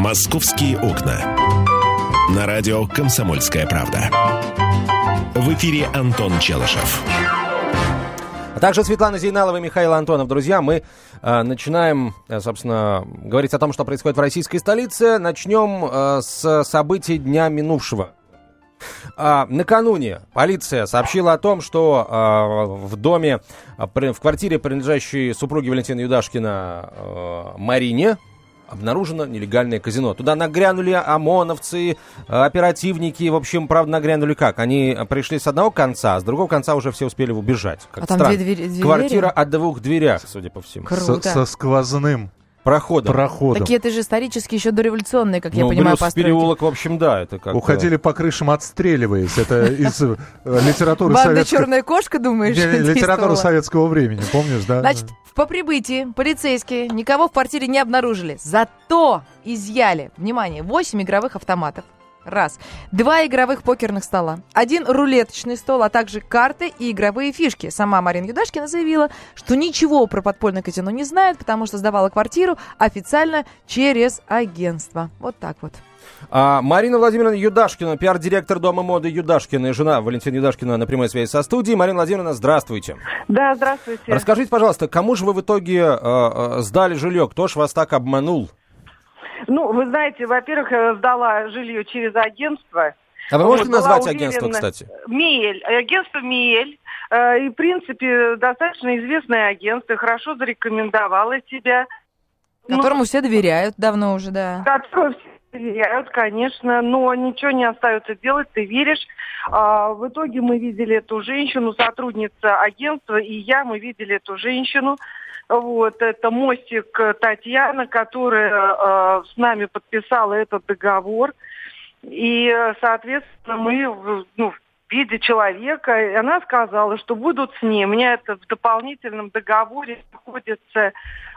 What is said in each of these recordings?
«Московские окна». На радио «Комсомольская правда». В эфире Антон Челышев. А также Светлана Зейналова и Михаил Антонов. Друзья, мы начинаем, собственно, говорить о том, что происходит в российской столице. Начнем с событий дня минувшего. Накануне полиция сообщила о том, что в доме, в квартире, принадлежащей супруге Валентина Юдашкина Марине, обнаружено нелегальное казино. Туда нагрянули ОМОНовцы, оперативники. В общем, правда, нагрянули как? Они пришли с одного конца, а с другого конца уже все успели убежать. Как там странно. две Квартира о двух дверях, судя по всему. Круто. Со сквозным проходом. Такие это же исторически еще дореволюционные, как я понимаю, Брюс постройки. переулок, в общем, да. Это как уходили по крышам, отстреливаясь. Это из литературы Банда советского... «Черная кошка», думаешь? Литература советского времени, помнишь, да? Значит, по прибытии полицейские никого в квартире не обнаружили. Зато изъяли, внимание, 8 игровых автоматов. Раз. 2 игровых покерных стола. 1 рулеточный стол, а также карты и игровые фишки. Сама Марина Юдашкина заявила, что ничего про подпольное казино не знает, потому что сдавала квартиру официально через агентство. Вот так вот. Марина Владимировна Юдашкина, пиар-директор дома моды Юдашкина и жена Валентина Юдашкина на прямой связи со студией. Марина Владимировна, здравствуйте. Да, здравствуйте. Расскажите, пожалуйста, кому же вы в итоге сдали жилье? Кто ж вас так обманул? Ну, вы знаете, во-первых, я сдала жилье через агентство. А вы можете назвать уверена, агентство, кстати? МИЭЛЬ. Агентство МИЭЛЬ. И, в принципе, достаточно известное агентство. Хорошо зарекомендовало себя. Которому все доверяют давно уже, да. Которому все доверяют, конечно, но ничего не остается делать, ты веришь. В итоге мы видели эту женщину, сотрудница агентства, и мы видели эту женщину. Вот, это Мостик Татьяна, которая с нами подписала этот договор. И, соответственно, мы в виде человека, и она сказала, что будут с ней. У меня это в дополнительном договоре находится,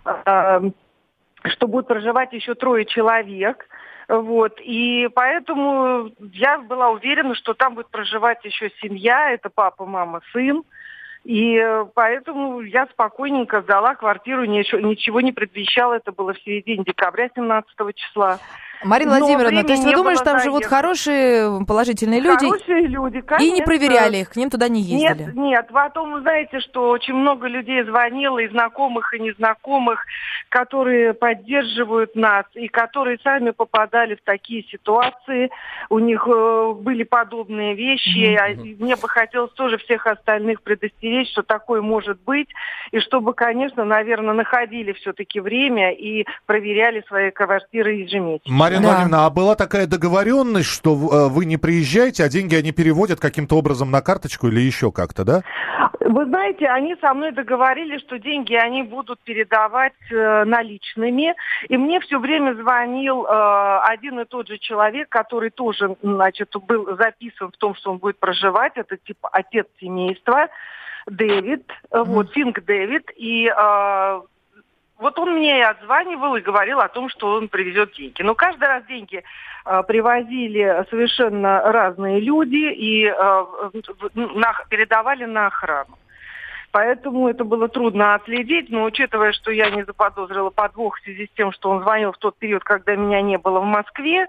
что будет проживать еще 3 человек. Вот, и поэтому я была уверена, что там будет проживать еще семья, это папа, мама, сын. И поэтому я спокойненько сдала квартиру, ничего не предвещало, это было в середине декабря, 17 числа. Марина Владимировна, то есть вы думаете, там живут хорошие, положительные люди? Хорошие люди, конечно. И не проверяли их, к ним туда не ездили? Нет. Потом, вы знаете, что очень много людей звонило, и знакомых, и незнакомых, которые поддерживают нас, и которые сами попадали в такие ситуации. У них были подобные вещи. Мне бы хотелось тоже всех остальных предостеречь, что такое может быть. И чтобы, конечно, наверное, находили все-таки время и проверяли свои квартиры ежемесячно. Марина Владимировна, а была такая договоренность, что вы не приезжаете, а деньги они переводят каким-то образом на карточку или еще как-то, да? Вы знаете, они со мной договорились, что деньги они будут передавать наличными. И мне все время звонил один и тот же человек, который тоже, значит, был записан в том, что он будет проживать. Это типа отец семейства, Дэвид, Финк Дэвид. И вот он мне и отзванивал и говорил о том, что он привезет деньги. Но каждый раз деньги привозили совершенно разные люди и передавали на охрану. Поэтому это было трудно отследить, но учитывая, что я не заподозрила подвох в связи с тем, что он звонил в тот период, когда меня не было в Москве,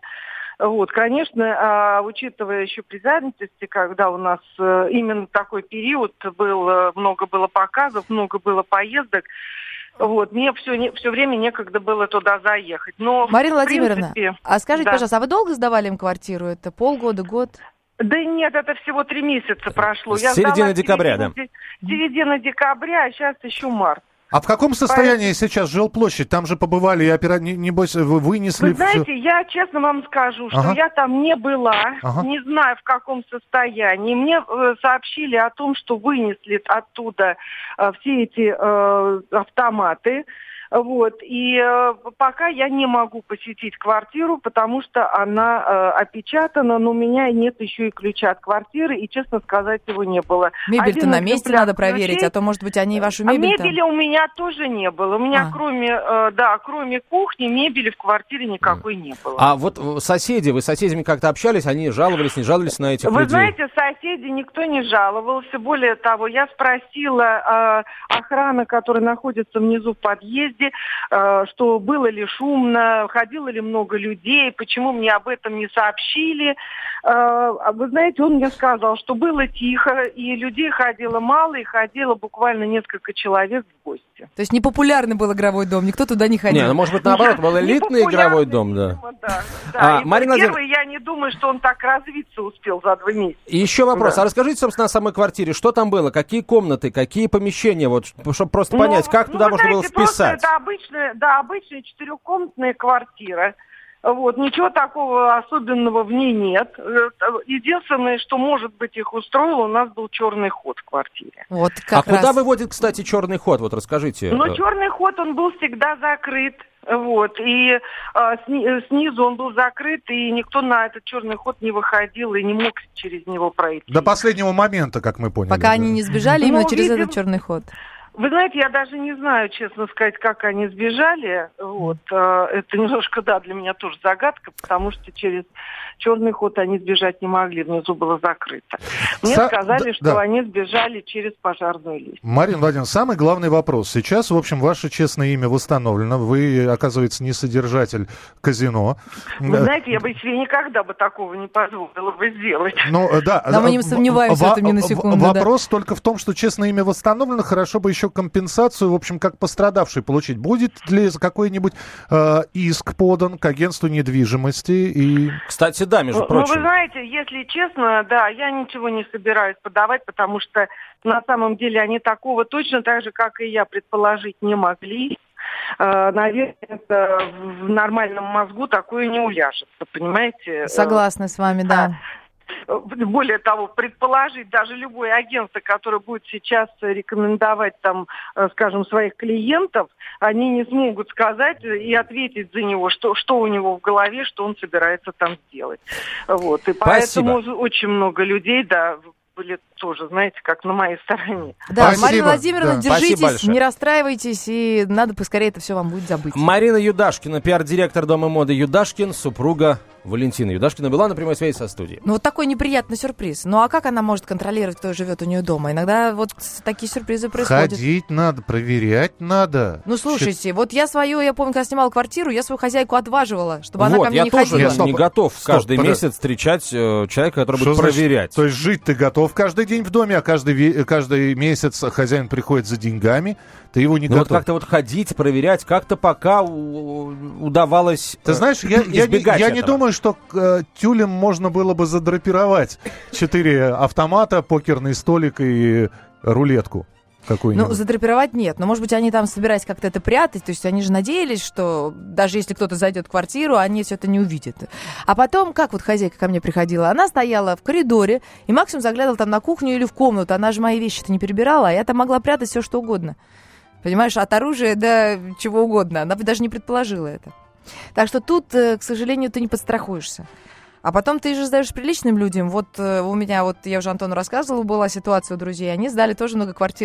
конечно, учитывая еще при занятости, когда у нас именно такой период был, много было показов, много было поездок, мне все время некогда было туда заехать. Но, Марина Владимировна, а скажите, пожалуйста, а вы долго сдавали им квартиру? Это полгода, год? Да нет, это всего 3 месяца прошло. С середины декабря, да? Середина декабря, а сейчас еще март. А в каком состоянии сейчас жилплощадь? Там же побывали, небось, вынесли... Вы знаете, я честно вам скажу, что я там не была, не знаю, в каком состоянии. Мне сообщили о том, что вынесли оттуда все эти автоматы. И пока я не могу посетить квартиру, потому что она опечатана, но у меня нет еще и ключа от квартиры, и, честно сказать, его не было. Мебель-то на месте надо проверить, а то, может быть, они вашу мебель... Мебели у меня тоже не было. У меня, кроме кухни, мебели в квартире никакой не было. А вот соседи, вы с соседями как-то общались, они жаловались, не жаловались на этих людей? Вы знаете, соседи никто не жаловался. Более того, я спросила охрану, которая находится внизу в подъезде, поезде, что было ли шумно, ходило ли много людей, почему мне об этом не сообщили. Вы знаете, он мне сказал, что было тихо, и людей ходило мало, и ходило буквально несколько человек в гости. То есть непопулярный был игровой дом, никто туда не ходил. Не, ну, может быть, наоборот, был элитный игровой дом, да. Марина Владимировна, я не думаю, что он так развиться успел за 2 месяца. И еще вопрос. А расскажите, собственно, о самой квартире. Что там было? Какие комнаты, какие помещения? Вот, чтобы просто понять, как туда можно было вписать. Это обычная 4-комнатная квартира. Вот, ничего такого особенного в ней нет. Единственное, что, может быть, их устроило, у нас был черный ход в квартире. Вот как раз. Куда выводит, кстати, черный ход? Вот расскажите. Ну, черный ход, он был всегда закрыт. Вот, и снизу он был закрыт, и никто на этот черный ход не выходил и не мог через него пройти. До последнего момента, как мы поняли. Пока они не сбежали именно через видим, этот черный ход. Вы знаете, я даже не знаю, честно сказать, как они сбежали. Вот, это немножко, для меня тоже загадка, потому что через черный ход они сбежать не могли, внизу было закрыто. Мне сказали, что они сбежали через пожарную лестницу. Марина Владимировна, самый главный вопрос. Сейчас, в общем, ваше честное имя восстановлено. Вы, оказывается, не содержатель казино. Вы знаете, я бы себе никогда бы такого не позволила бы сделать. Ну, да. Но мы не сомневаемся в этом ни на секунду. Вопрос только в том, что честное имя восстановлено, хорошо бы еще компенсацию, в общем, как пострадавший получить. Будет ли какой-нибудь иск подан к агентству недвижимости? И... Кстати, да, между прочим. Ну, вы знаете, если честно, я ничего не собираюсь подавать, потому что на самом деле они такого точно так же, как и я, предположить не могли. Наверное, это в нормальном мозгу такое не уляжется, понимаете? Согласна с вами, да. Более того, предположить даже любое агентство, которое будет сейчас рекомендовать там, скажем, своих клиентов, они не смогут сказать и ответить за него, что у него в голове, что он собирается там сделать. Вот. И поэтому очень много людей, были тоже, знаете, как на моей стороне. Да, Спасибо. Марина Владимировна, держитесь, не большое. расстраивайтесь, и надо поскорее это все вам будет забыть. Марина Юдашкина, пиар-директор Дома моды Юдашкин, супруга Валентина Юдашкина, была на прямой связи со студией. Ну, вот такой неприятный сюрприз. Ну, а как она может контролировать, кто живет у нее дома? Иногда вот такие сюрпризы происходят. Ходить надо, проверять надо. Ну, слушайте, вот я помню, когда снимала квартиру, я свою хозяйку отваживала, чтобы она ко мне не ходила. Я тоже не готов каждый месяц встречать человека, который будет проверять. То есть жить ты готов каждый день в доме, а каждый месяц хозяин приходит за деньгами, ты его не готов. Вот как-то вот ходить, проверять, как-то пока удавалось Ты знаешь, я не думаю, что тюлем можно было бы задрапировать 4 автомата, покерный столик и рулетку какую-нибудь. Ну, задрапировать нет. Но, может быть, они там собирались как-то это прятать. То есть они же надеялись, что даже если кто-то зайдет в квартиру, они все это не увидят. А потом, как вот хозяйка ко мне приходила, она стояла в коридоре и максимум заглядывала там на кухню или в комнату. Она же мои вещи-то не перебирала, а я там могла прятать все, что угодно. Понимаешь, от оружия до чего угодно. Она бы даже не предположила это. Так что тут, к сожалению, ты не подстрахуешься. А потом ты же сдаешь приличным людям. Вот у меня, я уже Антону рассказывала, была ситуация у друзей. Они сдали тоже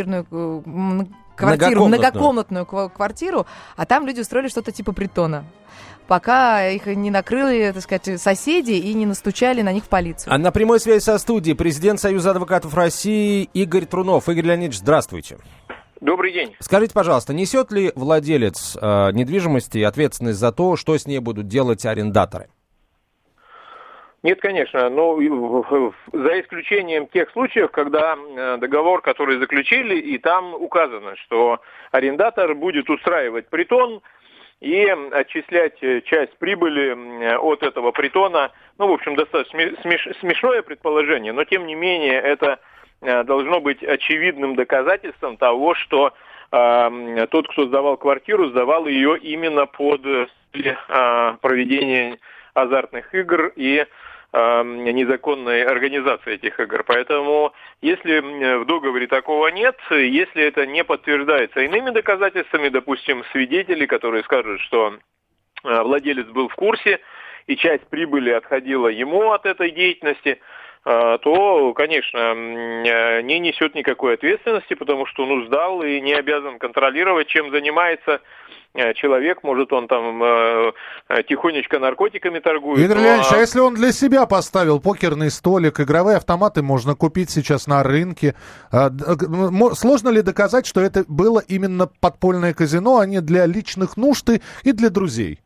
многокомнатную квартиру, а там люди устроили что-то типа притона. Пока их не накрыли, так сказать, соседи и не настучали на них в полицию. А на прямой связи со студией президент Союза адвокатов России Игорь Трунов. Игорь Леонидович, здравствуйте. Добрый день. Скажите, пожалуйста, несет ли владелец недвижимости ответственность за то, что с ней будут делать арендаторы? Нет, конечно, но за исключением тех случаев, когда договор, который заключили, и там указано, что арендатор будет устраивать притон и отчислять часть прибыли от этого притона. Ну, в общем, достаточно смешное предположение, но тем не менее это должно быть очевидным доказательством того, что тот, кто сдавал квартиру, сдавал ее именно под проведение азартных игр и незаконной организации этих игр. Поэтому, если в договоре такого нет, если это не подтверждается иными доказательствами, допустим, свидетели, которые скажут, что владелец был в курсе, и часть прибыли отходила ему от этой деятельности, то, конечно, не несет никакой ответственности, потому что сдал и не обязан контролировать, чем занимается человек. Может, он там тихонечко наркотиками торгует. Игорь Леонидович, а если он для себя поставил покерный столик, игровые автоматы можно купить сейчас на рынке, сложно ли доказать, что это было именно подпольное казино, а не для личных нужд и для друзей?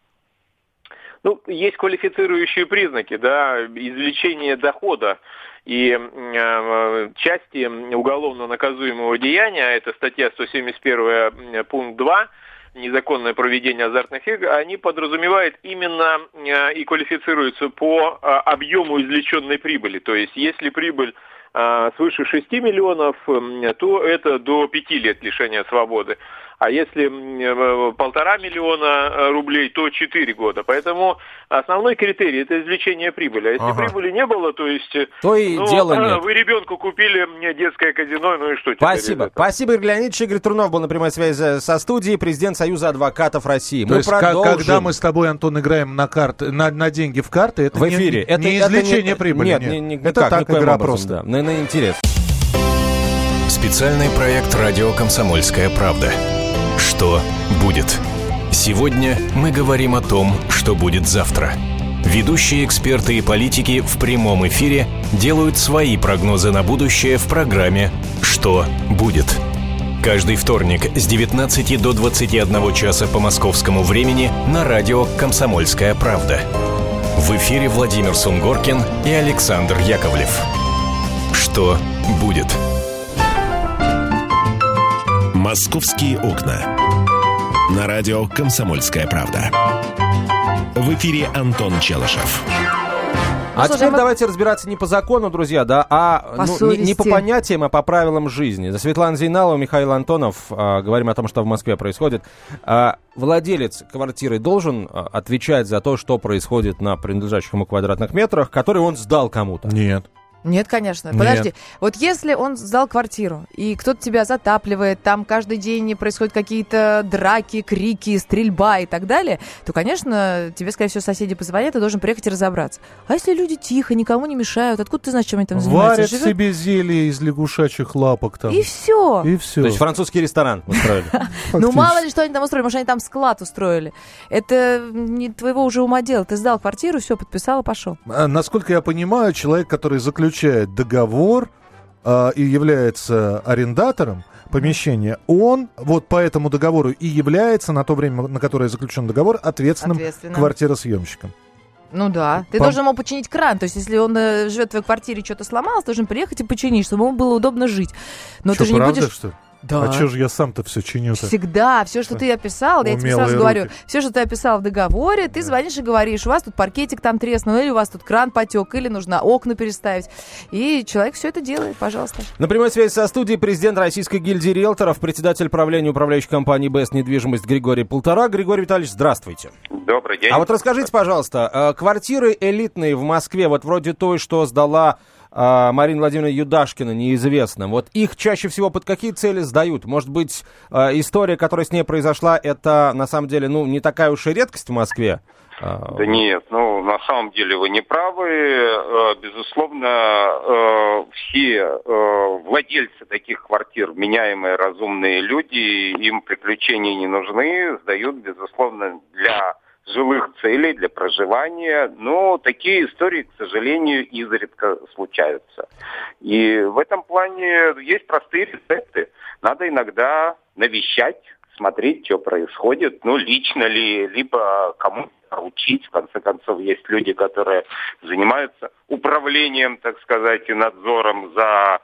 Есть квалифицирующие признаки, извлечение дохода и части уголовно наказуемого деяния, это статья 171, пункт 2, незаконное проведение азартных игр, они подразумевают именно и квалифицируются по объему извлеченной прибыли. То есть, если прибыль свыше 6 миллионов, то это до 5 лет лишения свободы. А если 1,5 миллиона рублей, то 4 года. Поэтому основной критерий – это извлечение прибыли. А если прибыли не было, то есть... То и дела нет. Вы ребенку купили детское казино, и что теперь? Спасибо. Спасибо, Игорь Леонидович. Игорь Трунов был на прямой связи со студией, президент Союза адвокатов России. То есть, когда мы с тобой, Антон, играем на деньги в карты, это в эфире. Не извлечение прибыли. Нет, это так, игра просто. На интерес. Специальный проект «Радио Комсомольская правда». Что будет? Сегодня мы говорим о том, что будет завтра. Ведущие эксперты и политики в прямом эфире делают свои прогнозы на будущее в программе «Что будет?». Каждый вторник с 19 до 21 часа по московскому времени на радио «Комсомольская правда». В эфире Владимир Сунгоркин и Александр Яковлев. Что будет? «Московские окна». На радио «Комсомольская правда». В эфире Антон Челышев. Теперь давайте разбираться не по закону, друзья, не по понятиям, а по правилам жизни. За Светлана Зейналова, Михаил Антонов. Говорим о том, что в Москве происходит. Владелец квартиры должен отвечать за то, что происходит на принадлежащих ему квадратных метрах, которые он сдал кому-то? Нет, конечно. Нет. Подожди. Вот если он сдал квартиру, и кто-то тебя затапливает, там каждый день происходят какие-то драки, крики, стрельба и так далее, то, конечно, тебе, скорее всего, соседи позвонят, ты должен приехать и разобраться. А если люди тихо, никому не мешают, откуда ты знаешь, чем они там занимаются? Варят себе зелье из лягушачьих лапок там. И все. То есть французский ресторан устроили? Мало ли, что они там устроили. Может, они там склад устроили. Это не твоего уже ума дело. Ты сдал квартиру, все, подписал и пошел. Насколько я понимаю, человек, который заключает договор и является арендатором помещения, он вот по этому договору и является на то время, на которое заключен договор, ответственным квартиросъемщиком. Ты должен ему починить кран. То есть, если он живет в твоей квартире, что-то сломалось, должен приехать и починить, чтобы ему было удобно жить. Но ты же не будешь... что ли? Да. А что же я сам-то все чиню-то? Всегда. Все, что ты описал, я тебе сразу говорю, все, что ты описал в договоре, ты звонишь и говоришь, у вас тут паркетик там треснул, или у вас тут кран потек, или нужно окна переставить. И человек все это делает, пожалуйста. На прямой связи со студией президент Российской гильдии риэлторов, председатель правления управляющей компании «БС Недвижимость» Григорий Полтора. Григорий Витальевич, здравствуйте. Добрый день. А вот расскажите, пожалуйста, квартиры элитные в Москве, вот вроде той, что сдала Марина Владимировна Юдашкина, неизвестно. Вот их чаще всего под какие цели сдают? Может быть, история, которая с ней произошла, это на самом деле, не такая уж и редкость в Москве? Да нет, на самом деле вы не правы. Безусловно, все владельцы таких квартир, меняемые разумные люди, им приключения не нужны, сдают, безусловно, для жилых целей, для проживания, но такие истории, к сожалению, изредка случаются. И в этом плане есть простые рецепты. Надо иногда навещать, смотреть, что происходит, лично ли, либо кому-то учить. В конце концов, есть люди, которые занимаются управлением, так сказать, и надзором за,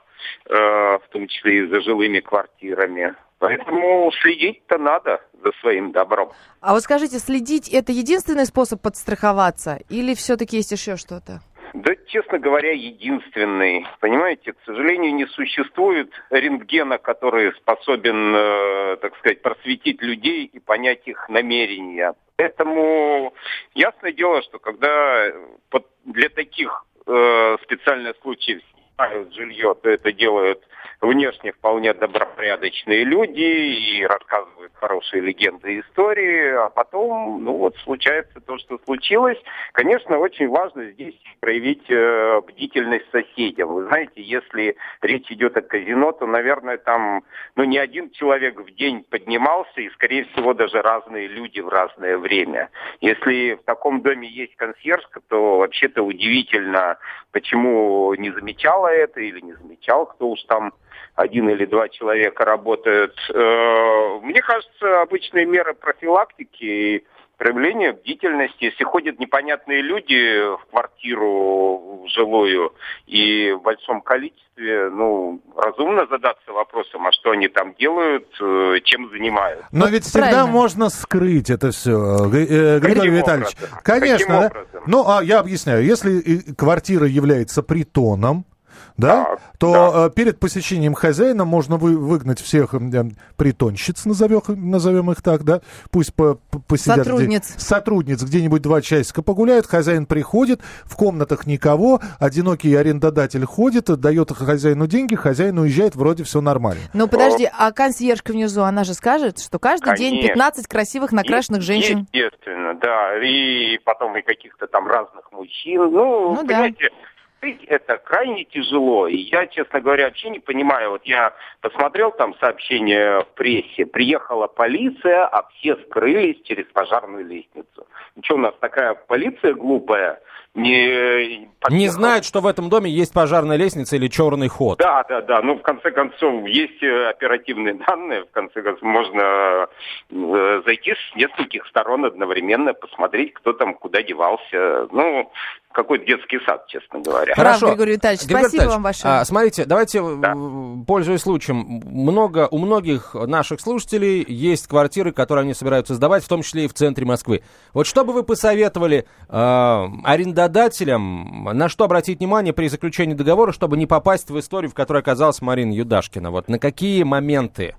в том числе и за жилыми квартирами. Поэтому следить-то надо за своим добром. А вот скажите, следить – это единственный способ подстраховаться? Или все-таки есть еще что-то? Да, честно говоря, единственный. Понимаете, к сожалению, не существует рентгена, который способен, так сказать, просветить людей и понять их намерения. Поэтому ясное дело, что когда для таких специальных случаев снимают жилье, то это делают внешне вполне добропорядочные люди и рассказывают хорошие легенды и истории, а потом, случается то, что случилось. Конечно, очень важно здесь проявить бдительность соседям. Вы знаете, если речь идет о казино, то, наверное, там, не один человек в день поднимался, и, скорее всего, даже разные люди в разное время. Если в таком доме есть консьержка, то вообще-то удивительно, почему не замечала это или не замечал, кто уж там 1 или 2 человека работают. Мне кажется, обычные меры профилактики и проявление бдительности. Если ходят непонятные люди в квартиру жилую и в большом количестве, разумно задаться вопросом, а что они там делают, чем занимаются. Но ведь всегда можно скрыть это все, Григорий Витальевич. Конечно, да? Я объясняю. Если квартира является притоном, то перед посещением хозяина можно выгнать всех притонщиц, назовем их так, да, пусть посидят. Сотрудниц где-нибудь 2 часика погуляют, хозяин приходит, в комнатах никого, одинокий арендодатель ходит, дает хозяину деньги, хозяин уезжает, вроде все нормально. Ну, подожди, а консьержка внизу, она же скажет, что каждый день 15 красивых накрашенных женщин. Естественно, да, и потом и каких-то там разных мужчин, понимаете... Это крайне тяжело, и я, честно говоря, вообще не понимаю. Вот я посмотрел там сообщения в прессе, приехала полиция, а все скрылись через пожарную лестницу. Что, у нас такая полиция глупая? Не знает, что в этом доме есть пожарная лестница или черный ход. Да. В конце концов, есть оперативные данные. В конце концов, можно зайти с нескольких сторон одновременно, посмотреть, кто там куда девался. Какой-то детский сад, честно говоря. Хорошо. Григорий Витальевич, спасибо вам большое. Смотрите, давайте, пользуясь случаем, у многих наших слушателей есть квартиры, которые они собираются сдавать, в том числе и в центре Москвы. Вот что бы вы посоветовали арендодателям, на что обратить внимание при заключении договора, чтобы не попасть в историю, в которой оказалась Марина Юдашкина? Вот на какие моменты?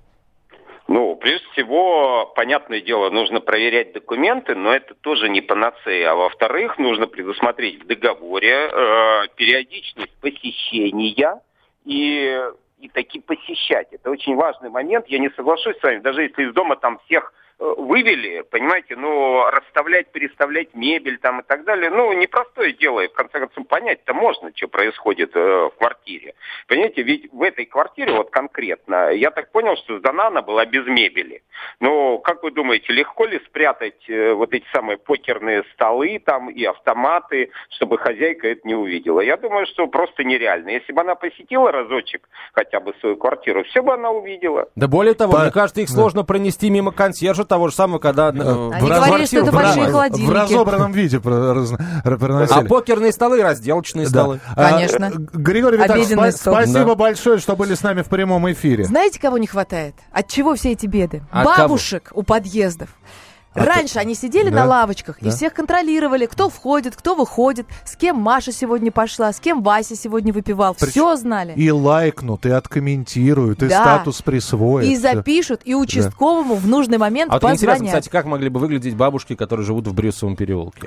Прежде всего, понятное дело, нужно проверять документы, но это тоже не панацея. А во-вторых, нужно предусмотреть в договоре периодичность посещения и таки посещать. Это очень важный момент. Я не соглашусь с вами, даже если из дома там всех вывели, понимаете, расставлять, переставлять мебель там и так далее, непростое дело, и в конце концов понять-то можно, что происходит в квартире. Понимаете, ведь в этой квартире вот конкретно, я так понял, что сдана она была без мебели. Как вы думаете, легко ли спрятать вот эти самые покерные столы там и автоматы, чтобы хозяйка это не увидела? Я думаю, что просто нереально. Если бы она посетила разочек хотя бы свою квартиру, все бы она увидела. Да более того, мне кажется, их сложно пронести мимо консьержа того же самого, когда... Они говорили, что это большие холодильники. В разобранном виде проносили. А покерные столы и разделочные столы. Конечно. Григорий Витальевич, спасибо большое, что были с нами в прямом эфире. Знаете, кого не хватает? От чего все эти беды? Бабушек у подъездов. Раньше они сидели на лавочках и всех контролировали, кто входит, кто выходит, с кем Маша сегодня пошла, с кем Вася сегодня выпивал. Все знали. И лайкнут, и откомментируют, и статус присвоят. И запишут, и участковому в нужный момент позвонят. Интересно, кстати, как могли бы выглядеть бабушки, которые живут в Брюсовом переулке?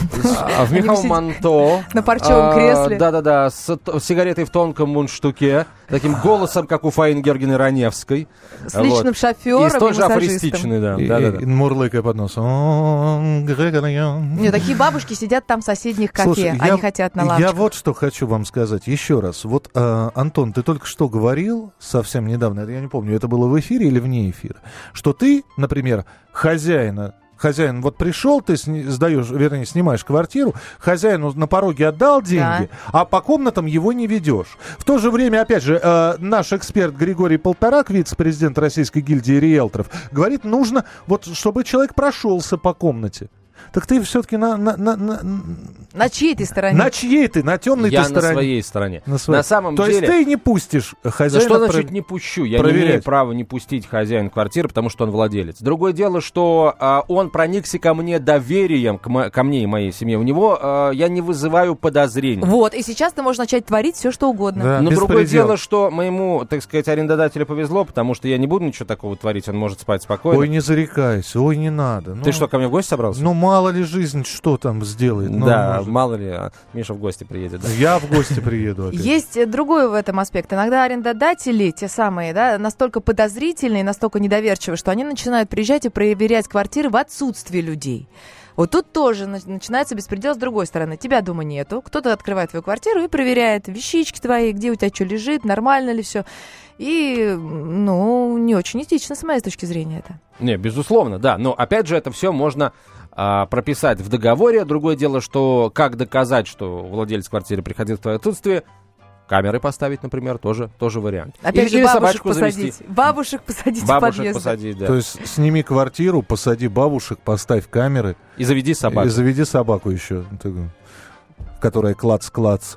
В меховом манто. На парчевом кресле. Да-да-да, с сигаретой в тонком мундштуке, таким голосом, как у Фаины Георгиевны Раневской. С личным шофером и столь же афористичный, да. Мурлыкая под носом. Нет, такие бабушки сидят там в соседних кафе. Слушай, они хотят на лавочках. Я вот что хочу вам сказать. Еще раз. Вот, Антон, ты только что говорил совсем недавно, я не помню, это было в эфире или вне эфира, что ты, например, хозяин, вот пришел, ты снимаешь квартиру, хозяину на пороге отдал деньги, а по комнатам его не ведешь. В то же время, опять же, наш эксперт Григорий Полторак, вице-президент Российской гильдии риэлторов, говорит, нужно, вот, чтобы человек прошелся по комнате. Так ты все-таки на чьей ты стороне? На чьей ты? На темной ты стороне? Я на своей стороне. На самом деле... То есть ты не пустишь хозяина... Что значит не пущу? Я не имею права не пустить хозяина квартиры, потому что он владелец. Другое дело, что он проникся ко мне доверием, ко мне и моей семье. У него я не вызываю подозрений. Вот, и сейчас ты можешь начать творить все, что угодно. Да, но другое дело, что моему, так сказать, арендодателю повезло, потому что я не буду ничего такого творить, он может спать спокойно. Ой, не зарекайся, ой, не надо. Ты что, ко мне в гости собрался? мало ли жизнь что там сделает. Да, мало ли, Миша в гости приедет. Да? Я в гости приеду опять. Есть другой в этом аспект. Иногда арендодатели, те самые, да, настолько подозрительные, настолько недоверчивые, что они начинают приезжать и проверять квартиры в отсутствии людей. Вот тут тоже начинается беспредел с другой стороны. Тебя дома нету, кто-то открывает твою квартиру и проверяет вещички твои, где у тебя что лежит, нормально ли все. И, не очень этично с моей точки зрения это. Не, безусловно, да. Но, опять же, это все можно прописать в договоре. Другое дело, что как доказать, что владелец квартиры приходил в твое отсутствие, камеры поставить, например, тоже вариант. Опять же, или бабушек собачку посадить. завести. Бабушек посадить в подъезд. Посадить, да. То есть сними квартиру, посади бабушек, поставь камеры. И заведи собаку. И заведи собаку еще, которая клац-клац.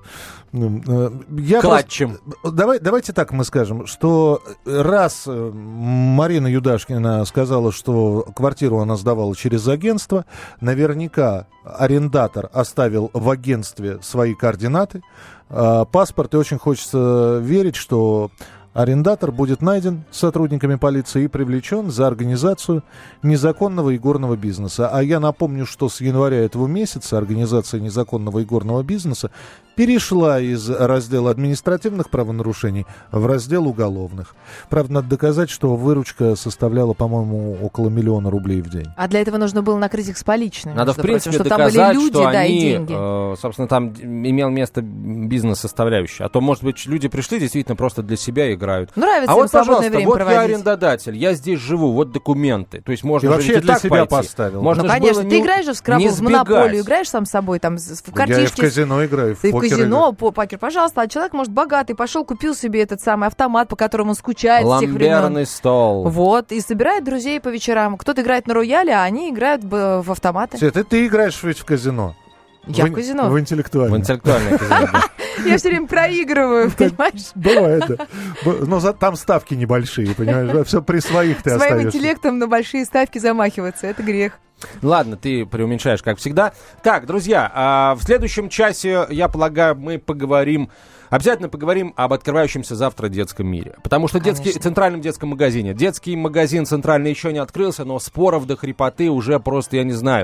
Клатчем. Давайте так мы скажем, что раз Марина Юдашкина сказала, что квартиру она сдавала через агентство, наверняка арендатор оставил в агентстве свои координаты, паспорт, и очень хочется верить, что арендатор будет найден сотрудниками полиции и привлечен за организацию незаконного игорного бизнеса. А я напомню, что с января этого месяца организация незаконного игорного бизнеса перешла из раздела административных правонарушений в раздел уголовных. Правда, надо доказать, что выручка составляла, по-моему, около 1 000 000 рублей в день. А для этого нужно было накрыть их с поличными. Надо, в принципе, чтобы доказать, там были люди, что да, они, и деньги. Собственно, там имел место бизнес-составляющая. А то, может быть, люди пришли действительно просто для себя играют. Нравится а им вот, свободное пожалуйста, время вот проводить. я арендодатель, я здесь живу, вот документы. То есть можно И вообще же для так себя пойти. поставил. Можно же Конечно, было ты играешь же в скрабл, в монополию, играешь сам с собой, там, в картишки. Я и в казино играю, в Ты покер в казино, покер, пожалуйста. А человек, может, богатый, пошел, купил себе этот самый автомат, по которому он скучает с тех времен. Ламберный стол. Вот, и собирает друзей по вечерам. Кто-то играет на рояле, а они играют в автоматы. Свет, ты играешь ведь в казино. Я в казино. В интеллектуальном. В интеллектуальное казино, да. Я все время проигрываю, понимаешь? Бывает, да. Но там ставки небольшие, понимаешь? Все при своих ты Своим остаешься. интеллектом на большие ставки замахиваться, это грех. Ладно, ты преуменьшаешь, как всегда. Так, друзья, в следующем часе, я полагаю, мы обязательно поговорим об открывающемся завтра детском мире. Потому что центральном детском магазине. Детский магазин центральный еще не открылся, но споров до хрипоты уже просто, я не знаю,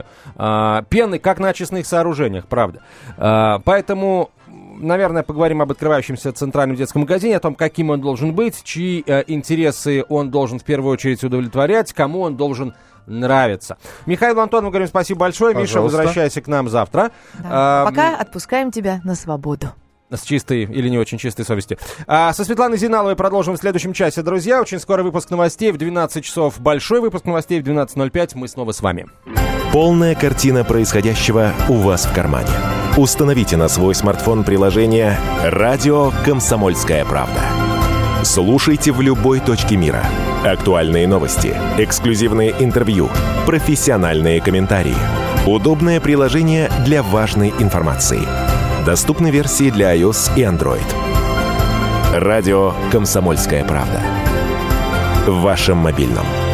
пены, как на очистных сооружениях, правда. Поэтому, наверное, поговорим об открывающемся центральном детском магазине, о том, каким он должен быть, чьи интересы он должен в первую очередь удовлетворять, кому он должен нравится. Михаил Антонов, мы говорим спасибо большое. Пожалуйста. Миша, возвращайся к нам завтра. Да. Пока отпускаем тебя на свободу. С чистой или не очень чистой совестью. Со Светланой Зиналовой продолжим в следующем часе, друзья. Очень скоро выпуск новостей в 12 часов. Большой выпуск новостей в 12:05. Мы снова с вами. Полная картина происходящего у вас в кармане. Установите на свой смартфон приложение «Радио Комсомольская правда». Слушайте в любой точке мира. Актуальные новости, эксклюзивные интервью, профессиональные комментарии. Удобное приложение для важной информации. Доступны версии для iOS и Android. Радио «Комсомольская правда». В вашем мобильном.